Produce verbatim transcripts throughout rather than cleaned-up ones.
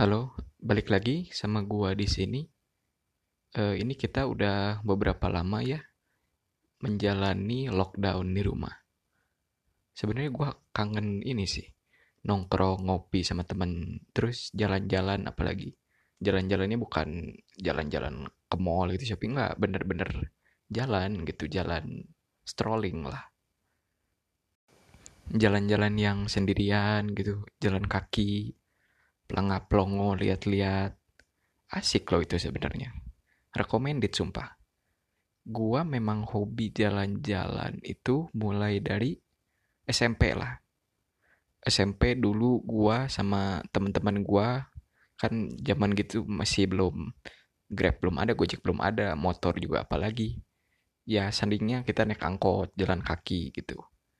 Halo, balik lagi sama gua di sini. Eh, ini kita udah beberapa lama ya menjalani lockdown di rumah. Sebenarnya gua kangen ini sih, nongkrong ngopi sama temen, terus jalan-jalan apalagi. Jalan-jalannya bukan jalan-jalan ke mall gitu, shopping nggak, bener-bener jalan gitu, jalan strolling lah. Jalan-jalan yang sendirian gitu, jalan kaki, pelangap-pelongo, lihat-lihat. Asik loh itu sebenarnya. Recommended sumpah. Gua memang hobi jalan-jalan itu mulai dari S M P lah. S M P dulu gua sama teman-teman gua kan zaman gitu masih belum Grab belum ada, Gojek belum ada, motor juga apalagi. Ya seringnya kita naik angkot, jalan kaki gitu.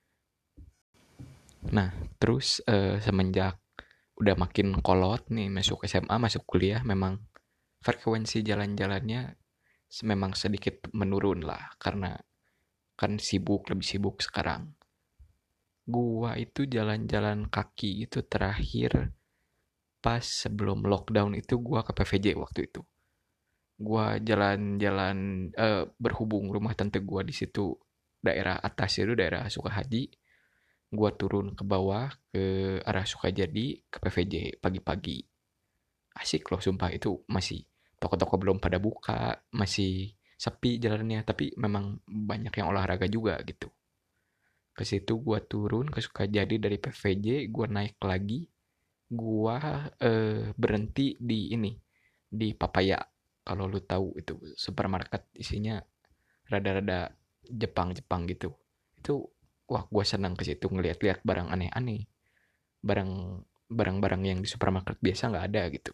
Nah, terus eh, semenjak udah makin kolot nih masuk S M A, masuk kuliah memang frekuensi jalan-jalannya memang sedikit menurun lah karena kan sibuk, lebih sibuk sekarang. Gua itu jalan-jalan kaki itu terakhir pas sebelum lockdown itu gua ke P V J waktu itu. Gua jalan-jalan eh, berhubung rumah tante gua di situ daerah atas itu daerah Sukahaji. Gua turun ke bawah ke arah Sukajadi ke P V J pagi-pagi. Asik loh sumpah itu masih toko-toko belum pada buka, masih sepi jalannya tapi memang banyak yang olahraga juga gitu. Ke situ gua turun ke Sukajadi dari P V J, gua naik lagi, gua eh, berhenti di ini di Papaya. Kalau lu tahu itu supermarket isinya rada-rada Jepang-Jepang gitu. Itu wah gua senang ke situ ngeliat-liat barang aneh-aneh, barang barang-barang yang di supermarket biasa nggak ada gitu.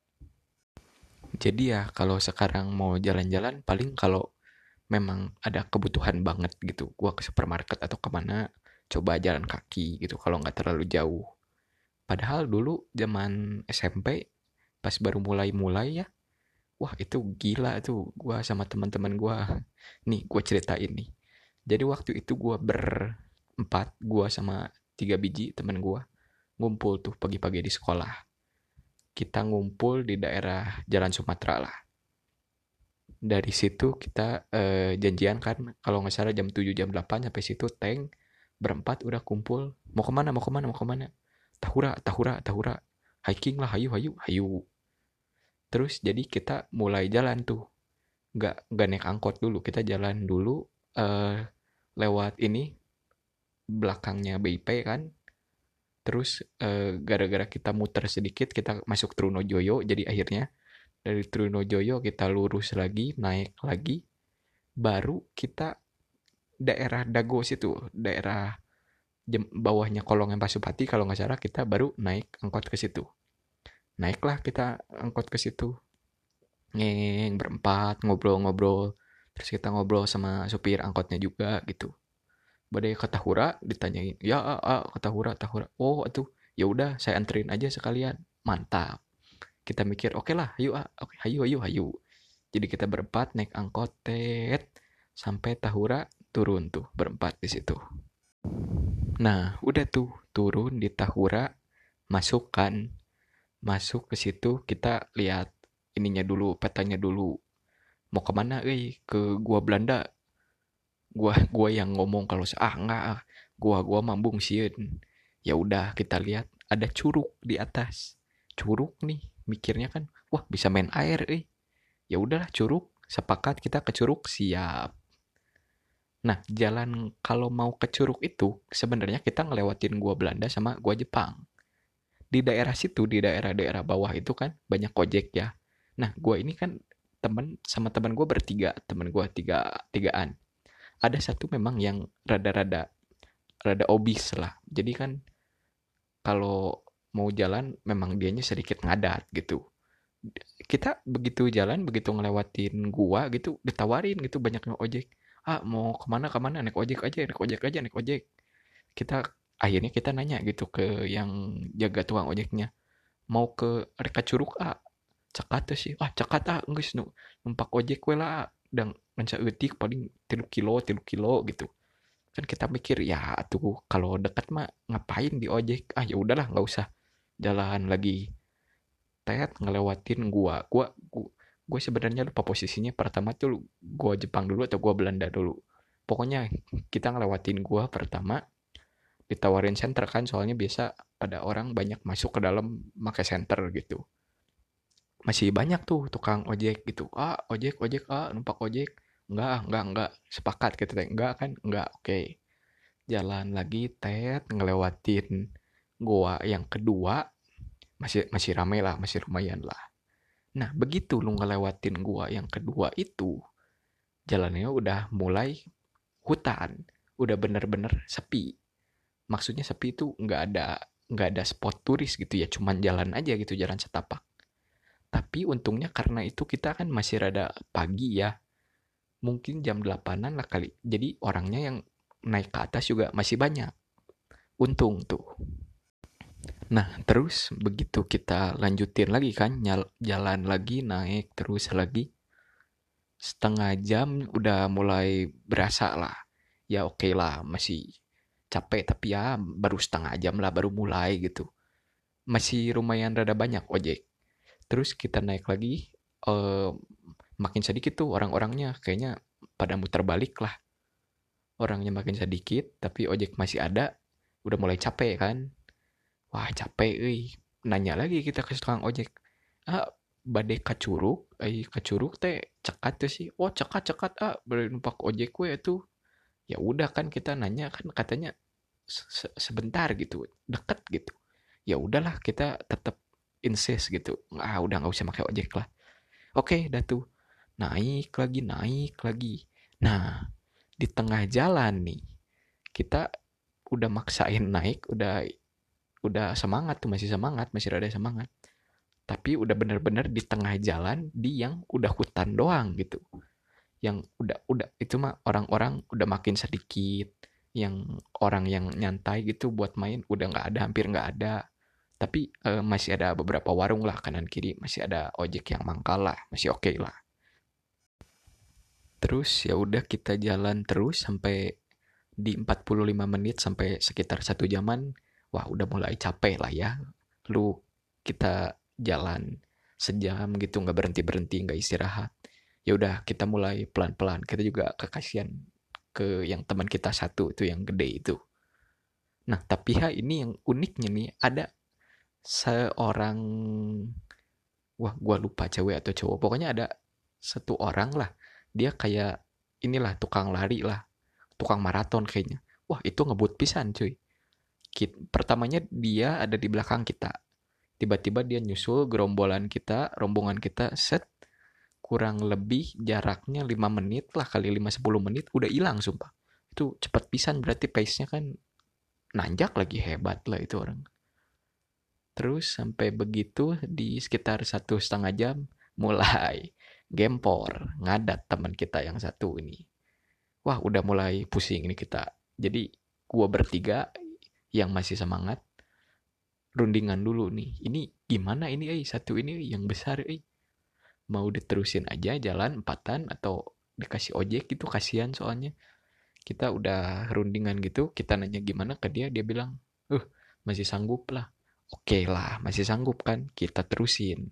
Jadi ya kalau sekarang mau jalan-jalan paling kalau memang ada kebutuhan banget gitu, gua ke supermarket atau kemana coba jalan kaki gitu kalau nggak terlalu jauh. Padahal dulu zaman S M P pas baru mulai-mulai ya, wah itu gila tuh gua sama teman-teman gua. Nih gua ceritain nih. Jadi waktu itu gua berempat, gua sama tiga biji teman gua ngumpul tuh pagi-pagi di sekolah. Kita ngumpul di daerah Jalan Sumatera lah. Dari situ kita eh, janjian kan kalau nggak salah jam tujuh jam delapan sampai situ tank berempat udah kumpul. Mau kemana, mau kemana, mau kemana? Tahura, tahura, tahura. Hiking lah, hayu, hayu, hayu. Terus jadi kita mulai jalan tuh. Nggak, nggak naik angkot dulu. Kita jalan dulu eh, lewat ini belakangnya B I P kan. Terus eh, gara-gara kita muter sedikit kita masuk Trunojoyo. Jadi akhirnya dari Trunojoyo kita lurus lagi, naik lagi. Baru kita daerah Dago situ, daerah jem- bawahnya Kolongan Pasupati kalau nggak salah kita baru naik angkot ke situ. Naiklah kita angkot ke situ, ngeng berempat ngobrol-ngobrol. Terus kita ngobrol sama supir angkotnya juga gitu. Badai ke Tahura ditanyain, ya ah, ah, ke Tahura, Tahura. Oh itu, ya udah saya anterin aja sekalian. Mantap. Kita mikir, oke okay lah, yuk ah, oke, okay, hayu, hayu, hayu. Jadi kita berempat naik angkot, tet, sampai Tahura turun tuh berempat di situ. Nah, udah tuh turun di Tahura, masuk kan, masuk ke situ kita lihat ininya dulu, petanya dulu. Mau kemana, eh? Ke Gua Belanda. Gua gua yang ngomong kalau ah enggak, ah. gua gua mambung sieun. Ya udah kita lihat ada curug di atas. Curug nih, mikirnya kan, wah bisa main air, eh. Ya udahlah curug, sepakat kita ke curug siap. Nah, jalan kalau mau ke curug itu sebenarnya kita ngelewatin gua Belanda sama gua Jepang. Di daerah situ, di daerah-daerah bawah itu kan banyak ojek ya. Nah, gua ini kan temen sama teman gua bertiga, teman gua tiga tigaan. Ada satu memang yang rada-rada rada obis lah. Jadi kan kalau mau jalan memang dianya sedikit ngadat gitu. Kita begitu jalan, begitu ngelewatin gua gitu, ditawarin gitu banyak yang ojek. Ah mau kemana kemana naik ojek aja, naik ojek aja, naik ojek. Kita akhirnya kita nanya gitu ke yang jaga tukang ojeknya. Mau ke Reka Curug ah, cekat tuh sih. Ah cekat ah, geus nu numpak ojek we lah. Dan nganca eutik paling tilu kilo, tilu kilo gitu. Kan kita mikir ya tuh kalau dekat mah ngapain di ojek? Ah ya udahlah nggak usah jalan lagi. tet ngelewatin gua. Gua gua, gua sebenarnya lupa posisinya pertama tuh gua Jepang dulu atau gua Belanda dulu. Pokoknya kita ngelewatin gua pertama, ditawarin senter kan soalnya biasa pada orang banyak masuk ke dalam pakai senter gitu. Masih banyak tuh tukang ojek gitu. Ah, ojek, ojek, ah, numpak ojek. Enggak, enggak, enggak. Sepakat gitu teh. Enggak kan? Enggak. Oke. Okay. Jalan lagi tet ngelewatin gua yang kedua, masih masih rame lah, masih lumayan lah. Nah, begitu lu ngelewatin gua yang kedua itu, jalannya udah mulai hutan, udah bener-bener sepi. Maksudnya sepi itu nggak ada nggak ada spot turis gitu ya, cuman jalan aja gitu, jalan setapak. Tapi untungnya karena itu kita kan masih rada pagi ya, mungkin jam delapanan lah kali. Jadi orangnya yang naik ke atas juga masih banyak. Untung tuh. Nah, terus begitu kita lanjutin lagi kan, nyal- jalan lagi, naik terus lagi. Setengah jam udah mulai berasa lah. Ya oke okay lah, masih capek tapi ya baru setengah jam lah, baru mulai gitu. Masih lumayan rada banyak ojek. Terus kita naik lagi, eh, makin sedikit tuh orang-orangnya. Kayaknya pada muter balik lah. Orangnya makin sedikit, tapi ojek masih ada. Udah mulai capek kan. Wah capek euy. Nanya lagi kita ke tukang ojek. Ah, bade ka Curug, ai ka Curug teh cekat tuh sih. Oh, cekat-cekat ah, bade numpak ojek we tuh. Ya udah kan kita nanya kan katanya se- sebentar gitu, deket gitu. Ya udahlah kita tetap insist gitu. Ah, udah nggak usah pakai ojek lah. Oke, dah tuh. Naik lagi, naik lagi. Nah, di tengah jalan nih, kita udah maksain naik, udah udah semangat tuh, masih semangat, masih rada semangat. Tapi udah bener-bener di tengah jalan di yang udah hutan doang gitu. Yang udah udah itu mah orang-orang udah makin sedikit, yang orang yang nyantai gitu buat main udah nggak ada, hampir nggak ada. Tapi eh, masih ada beberapa warung lah kanan kiri, masih ada ojek yang mangkal lah, masih oke okay lah. Terus ya udah kita jalan terus sampai di empat puluh lima menit sampai sekitar satu jaman. Wah udah mulai capek lah ya. Lu kita jalan sejam gitu nggak berhenti berhenti nggak istirahat. Ya udah kita mulai pelan pelan. Kita juga kekasian ke yang teman kita satu itu yang gede itu. Nah tapi ha ini yang uniknya nih ada seorang, wah gua lupa cewek atau cowok. Pokoknya ada satu orang lah. Dia kayak inilah tukang lari lah, tukang maraton kayaknya. Wah itu ngebut pisan cuy. Pertamanya dia ada di belakang kita. Tiba-tiba dia nyusul gerombolan kita, rombongan kita, set kurang lebih jaraknya lima menit lah kali lima sepuluh menit udah hilang sumpah. Itu cepat pisan berarti pace-nya kan nanjak lagi, hebat lah itu orang. Terus sampai begitu di sekitar satu setengah jam mulai gempor, ngadat teman kita yang satu ini. Wah udah mulai pusing nih kita. Jadi gua bertiga yang masih semangat rundingan dulu nih. Ini gimana ini eh satu ini yang besar eh. Mau diterusin aja jalan empatan atau dikasih ojek gitu, kasihan soalnya. Kita udah rundingan gitu, kita nanya gimana ke dia, dia bilang, "Uh, masih sanggup lah." Oke lah, masih sanggup kan? Kita terusin.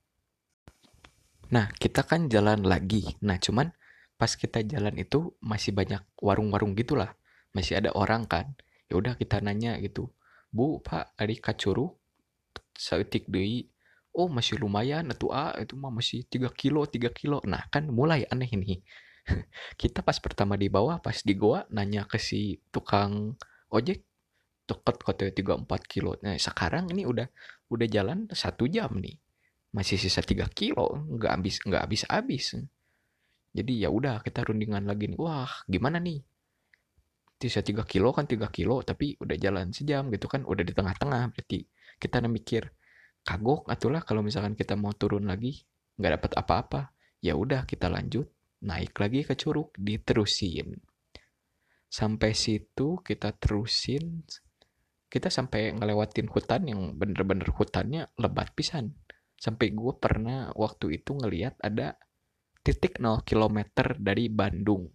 Nah, kita kan jalan lagi. Nah, cuman pas kita jalan itu masih banyak warung-warung gitulah. Masih ada orang kan. Ya udah kita nanya gitu. Bu, Pak, ari kacuru saeutik deui. Oh, masih lumayan atuh ah, itu mah masih tiga kilo, tiga kilo. Nah, kan mulai aneh ini. Kita pas pertama di bawah, pas di goa nanya ke si tukang ojek, deket katanya tiga empat kilo. Nah, sekarang ini udah udah jalan satu jam nih. Masih sisa tiga kilo, nggak habis nggak habis habis. Jadi ya udah kita rundingan lagi nih. Wah, gimana nih? Sisa tiga kilo kan tiga kilo, tapi udah jalan sejam gitu kan, udah di tengah-tengah berarti. Kita mikir, kagok atulah kalau misalkan kita mau turun lagi, nggak dapat apa-apa. Ya udah kita lanjut, naik lagi ke Curug, diterusin. Sampai situ kita terusin, kita sampai ngelewatin hutan yang bener-bener hutannya lebat pisan. Sampai gue pernah waktu itu ngeliat ada titik nol kilometer dari Bandung.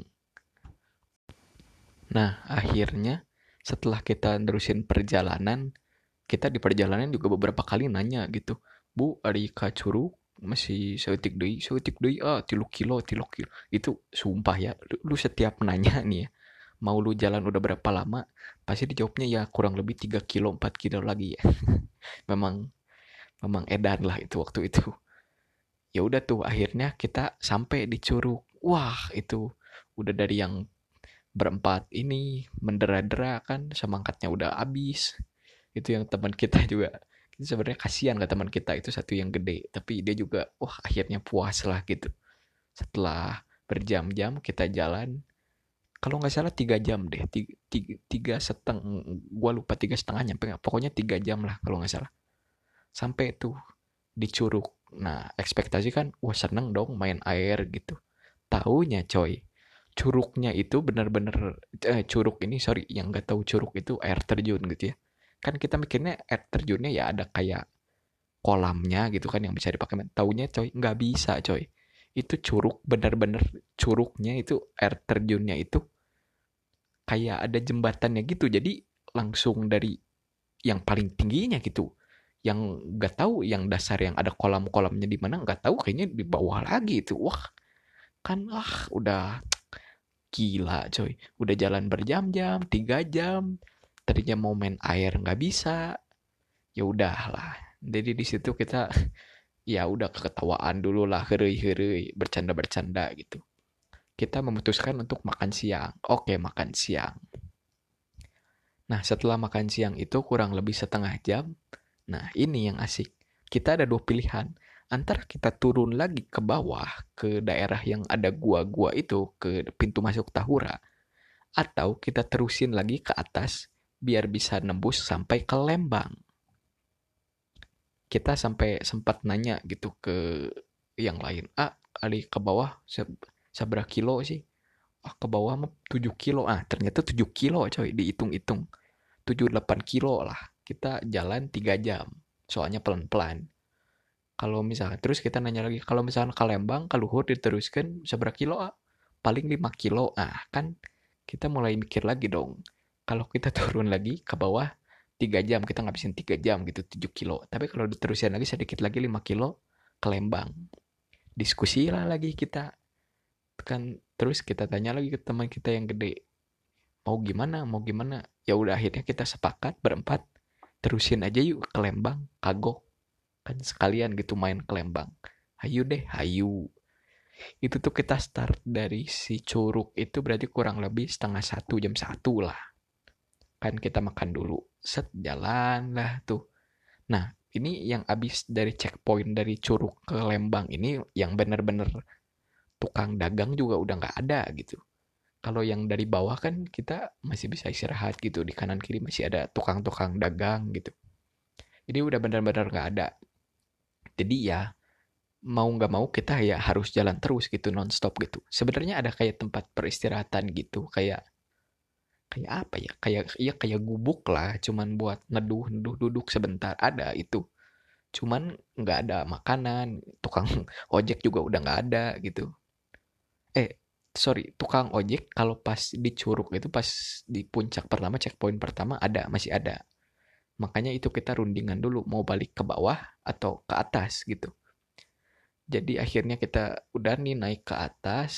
Nah, akhirnya setelah kita nerusin perjalanan, kita di perjalanan juga beberapa kali nanya gitu, Bu ari ka Curug masih seutik deui seutik deui ah tilu kilo tilu kilo itu sumpah ya lu, lu setiap nanya nih ya mau lu jalan udah berapa lama pasti dijawabnya ya kurang lebih tiga kilo empat kilo lagi ya. memang memang edan lah itu waktu itu. Ya udah tuh akhirnya kita sampai di Curug. Wah, itu udah dari yang berempat ini mendera-dera kan semangatnya udah habis. Itu yang teman kita juga. Itu sebenarnya kasihan ke teman kita itu satu yang gede, tapi dia juga wah akhirnya puas lah gitu. Setelah berjam-jam kita jalan, kalau nggak salah tiga jam deh, tiga, tiga, tiga setengah, gua lupa tiga setengah nyampe nggak, pokoknya tiga jam lah kalau nggak salah. Sampai tuh di Curug. Nah, ekspektasi kan, wah seneng dong main air gitu. Taunya coy, curugnya itu bener-bener, eh, curug ini sorry, yang nggak tahu curug itu air terjun gitu ya. Kan kita mikirnya air terjunnya ya ada kayak kolamnya gitu kan yang bisa dipakai. Taunya coy, nggak bisa coy. Itu curug, bener-bener curugnya itu air terjunnya itu kayak ada jembatannya gitu. Jadi langsung dari yang paling tingginya gitu yang nggak tahu yang dasar yang ada kolam-kolamnya di mana nggak tahu kayaknya di bawah lagi itu wah kan ah udah gila coy udah jalan berjam-jam tiga jam tadinya mau main air nggak bisa ya udahlah jadi di situ kita ya udah keketawaan dulu lah herei-herei bercanda-bercanda gitu kita memutuskan untuk makan siang oke makan siang nah setelah makan siang itu kurang lebih setengah jam. Nah, ini yang asik. Kita ada dua pilihan. Antara kita turun lagi ke bawah, ke daerah yang ada gua-gua itu, ke pintu masuk Tahura. Atau kita terusin lagi ke atas, biar bisa nembus sampai ke Lembang. Kita sampai sempat nanya gitu ke yang lain. Ah, kali ke bawah, seberapa kilo sih? Ah, ke bawah mah tujuh kilo. Ah, ternyata tujuh kilo coy, dihitung-hitung. Tujuh delapan kilo lah. Kita jalan tiga jam. Soalnya pelan-pelan. Kalau misalnya terus kita nanya lagi kalau misalnya ke Lembang ke Luhur diteruskan seberapa kilo ah? Paling lima kilo ah kan kita mulai mikir lagi dong kalau kita turun lagi ke bawah tiga jam kita ngabisin tiga jam gitu tujuh kilo tapi kalau diterusin lagi sedikit lagi lima kilo ke Lembang diskusi lah lagi kita kan terus kita tanya lagi ke teman kita yang gede mau gimana mau gimana ya udah akhirnya kita sepakat berempat terusin aja yuk ke Lembang kagok kan sekalian gitu main ke Lembang hayu deh hayu itu tuh kita start dari si Curug itu berarti kurang lebih setengah satu jam satu lah kan kita makan dulu set jalan lah tuh nah ini yang abis dari checkpoint dari Curug ke Lembang ini yang bener-bener tukang dagang juga udah nggak ada gitu kalau yang dari bawah kan kita masih bisa istirahat gitu di kanan kiri masih ada tukang-tukang dagang gitu jadi udah bener-bener nggak ada jadi ya mau nggak mau kita ya harus jalan terus gitu nonstop gitu. Sebenarnya ada kayak tempat peristirahatan gitu, kayak kayak apa ya? Kayak ya kayak gubuk lah, cuman buat neduh neduh duduk sebentar ada itu. Cuman nggak ada makanan, tukang ojek juga udah nggak ada gitu. Eh sorry, tukang ojek kalau pas di Curug itu pas di puncak pertama checkpoint pertama ada masih ada. Makanya itu kita rundingan dulu mau balik ke bawah atau ke atas gitu. Jadi akhirnya kita udah nih naik ke atas.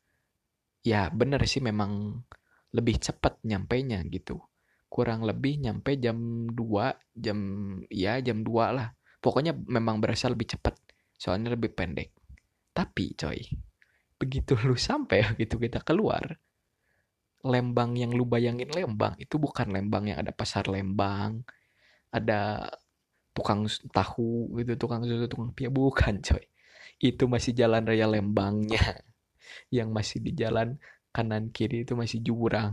Ya bener sih memang lebih cepat nyampainya gitu. Kurang lebih nyampe jam dua jam ya jam dua lah. Pokoknya memang berasa lebih cepat. Soalnya lebih pendek. Tapi coy, begitu lu sampai gitu kita keluar, Lembang yang lu bayangin Lembang itu bukan Lembang yang ada pasar Lembang, ada tukang tahu gitu, tukang susu, tukang pia bukan coy. Itu masih jalan raya Lembangnya. Yang masih di jalan kanan kiri itu masih jurang.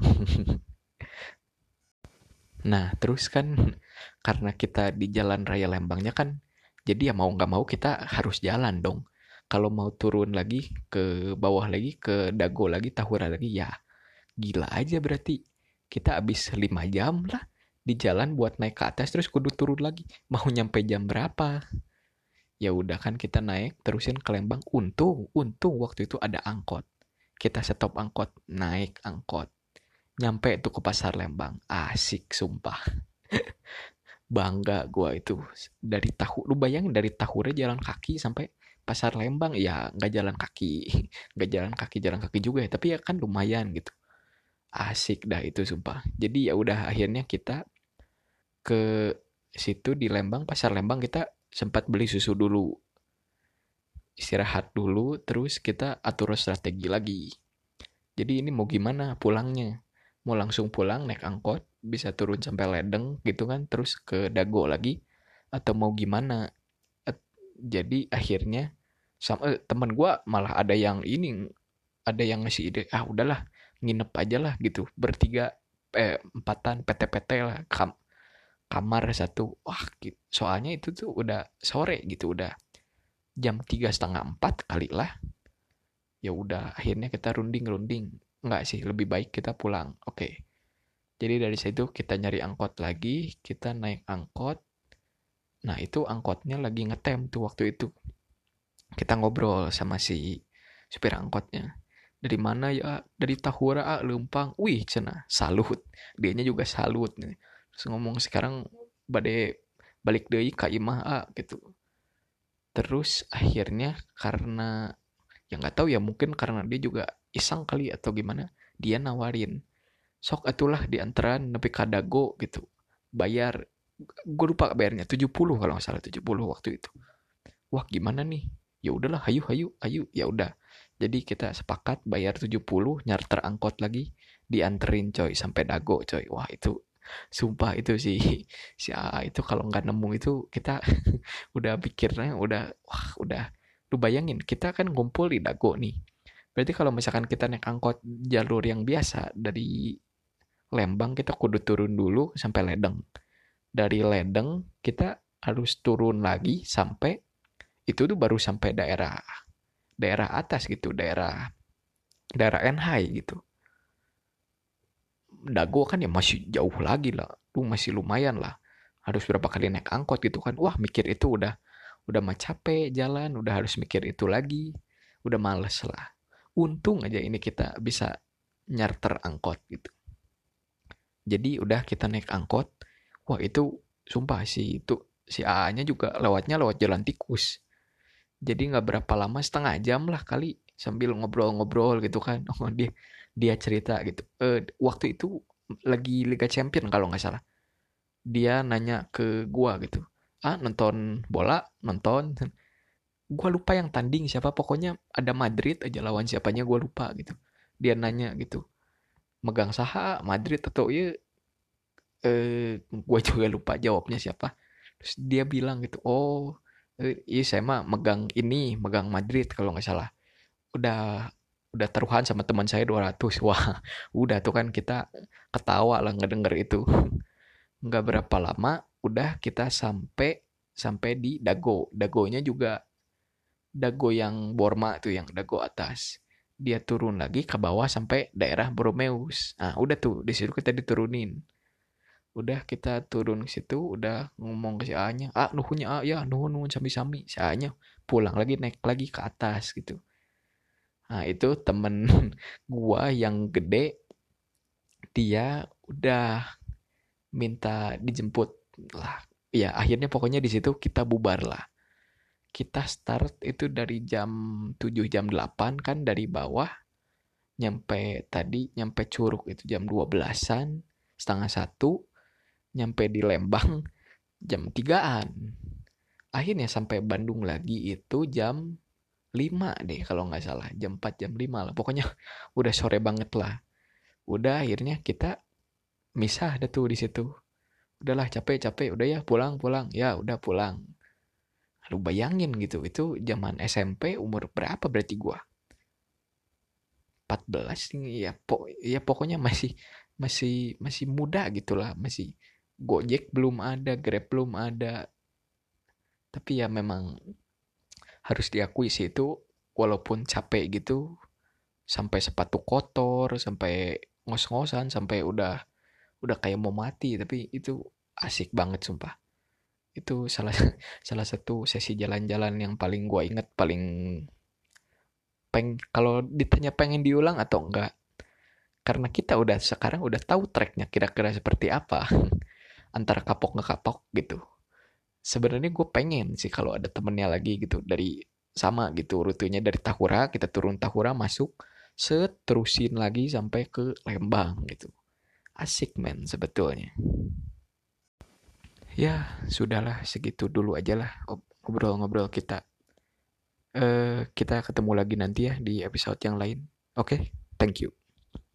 Nah, terus kan karena kita di jalan raya Lembangnya kan, jadi ya mau nggak mau kita harus jalan dong. Kalau mau turun lagi ke bawah lagi, ke Dago lagi, Tahura lagi, ya gila aja berarti. Kita habis lima jam lah di jalan buat naik ke atas terus kudu turun lagi. Mau nyampe jam berapa? Ya udah kan kita naik terusin ke Lembang. Untung, untung waktu itu ada angkot. Kita stop angkot, naik angkot. Nyampe tuh ke pasar Lembang. Asik sumpah. bangga gua itu. Dari tahu, lu bayangin dari Tahura jalan kaki sampai Pasar Lembang, ya nggak jalan kaki, nggak jalan kaki jalan kaki juga ya, tapi ya kan lumayan gitu. Asik dah itu sumpah. Jadi ya udah akhirnya kita ke situ di Lembang, Pasar Lembang kita sempat beli susu dulu, istirahat dulu, terus kita atur strategi lagi. Jadi ini mau gimana pulangnya? Mau langsung pulang naik angkot, bisa turun sampai Ledeng gitu kan, terus ke Dago lagi, atau mau gimana? Jadi akhirnya sama eh, teman gue malah ada yang ini, ada yang ngasih ide, ah udahlah nginep aja lah gitu, bertiga, eh empatan P T P T lah, kam kamar satu. Wah gitu. Soalnya itu tuh udah sore gitu, udah jam tiga setengah empat kali lah. Ya udah akhirnya kita runding-runding, nggak sih, lebih baik kita pulang. Oke, jadi dari situ kita nyari angkot lagi, kita naik angkot. Nah itu angkotnya lagi ngetem tuh waktu itu. Kita ngobrol sama si supir angkotnya. Dari mana ya? Dari Tahura, ah, Lempang. Wih, cina, salut. Dianya juga salut nih. Terus ngomong sekarang bade balik deui ka imah, ah, gitu. Terus akhirnya karena ya nggak tahu ya, mungkin karena dia juga iseng kali atau gimana, dia nawarin, sok atulah dianteran nepi ka Dago gitu. Bayar, gue lupa bayarnya tujuh puluh kalau nggak salah, tujuh puluh waktu itu. Wah gimana nih, ya udahlah, hayu hayu hayu, ya udah. Jadi kita sepakat bayar tujuh puluh, nyarter angkot lagi, dianterin coy sampai Dago coy. Wah itu sumpah itu sih, si A A itu kalau nggak nemu itu kita udah pikirnya udah, wah udah, lu bayangin kita kan ngumpul di Dago nih. Berarti kalau misalkan kita naik angkot jalur yang biasa dari Lembang, kita kudu turun dulu sampai Ledeng. Dari Ledeng kita harus turun lagi sampai, itu tuh baru sampai daerah daerah atas gitu, daerah daerah Enhai gitu. Dago kan ya masih jauh lagi lah, tuh masih lumayan lah, harus berapa kali naik angkot gitu kan. Wah mikir itu udah udah mah capek jalan, udah harus mikir itu lagi, udah males lah. Untung aja ini kita bisa nyarter angkot gitu. Jadi udah kita naik angkot. Wah itu sumpah sih, itu si A A-nya juga lewatnya lewat jalan tikus. Jadi nggak berapa lama, setengah jam lah kali, sambil ngobrol-ngobrol gitu kan. Oh dia dia cerita gitu. Eh, waktu itu lagi Liga Champion kalau nggak salah. Dia nanya ke gua gitu. Ah nonton bola, nonton. Gua lupa yang tanding siapa. Pokoknya ada Madrid aja lawan siapanya gua lupa gitu. Dia nanya gitu. Megang saha Madrid atau iya, eh, gue juga lupa jawabnya siapa. Terus dia bilang gitu, oh eh, iya saya mah megang ini, megang Madrid kalau nggak salah. Udah udah taruhan sama teman saya dua ratus. Wah, udah tuh kan kita ketawa lah ngedenger itu. Nggak berapa lama, udah kita sampai sampai di Dago. Dagonya juga Dago yang Borma tuh, yang Dago atas. Dia turun lagi ke bawah sampai daerah Boromeus. Nah, udah tuh di situ kita diturunin. Udah kita turun ke situ, udah ngomong ke si A-nya, ah nuhunnya, ah ya nuhun nuhun sami-sami. Si A-nya pulang lagi, naik lagi ke atas gitu. Nah itu temen gua yang gede, dia udah minta dijemput lah. Ya akhirnya pokoknya di situ kita bubar lah. Kita start itu dari jam tujuh jam delapan kan dari bawah, nyampe tadi nyampe Curug itu jam dua belasan, setengah satu, nyampe di Lembang jam tigaan. Akhirnya sampai Bandung lagi itu jam lima deh kalau nggak salah, jam empat jam lima lah. Pokoknya udah sore banget lah. Udah akhirnya kita misah dah tuh di situ. Udahlah capek-capek, udah ya pulang pulang. Ya udah pulang. Lu bayangin gitu, itu zaman S M P umur berapa berarti gua? empat belas ya, po ya pokoknya masih masih masih muda gitulah, masih Gojek belum ada, Grab belum ada. Tapi ya memang harus diakui sih itu, walaupun capek gitu, sampai sepatu kotor, sampai ngos-ngosan, sampai udah udah kayak mau mati, tapi itu asik banget sumpah. Itu salah salah satu sesi jalan-jalan yang paling gua inget, paling peng kalau ditanya pengen diulang atau enggak, karena kita udah sekarang udah tahu treknya kira-kira seperti apa. antara kapok nggak kapok gitu. Sebenarnya gue pengen sih kalau ada temennya lagi gitu dari sama gitu rutenya dari Tahura kita turun Tahura masuk set terusin lagi sampai ke Lembang gitu. Asik men sebetulnya. Ya sudahlah segitu dulu aja lah ngobrol-ngobrol kita. Eh kita ketemu lagi nanti ya di episode yang lain. Oke, okay? Thank you.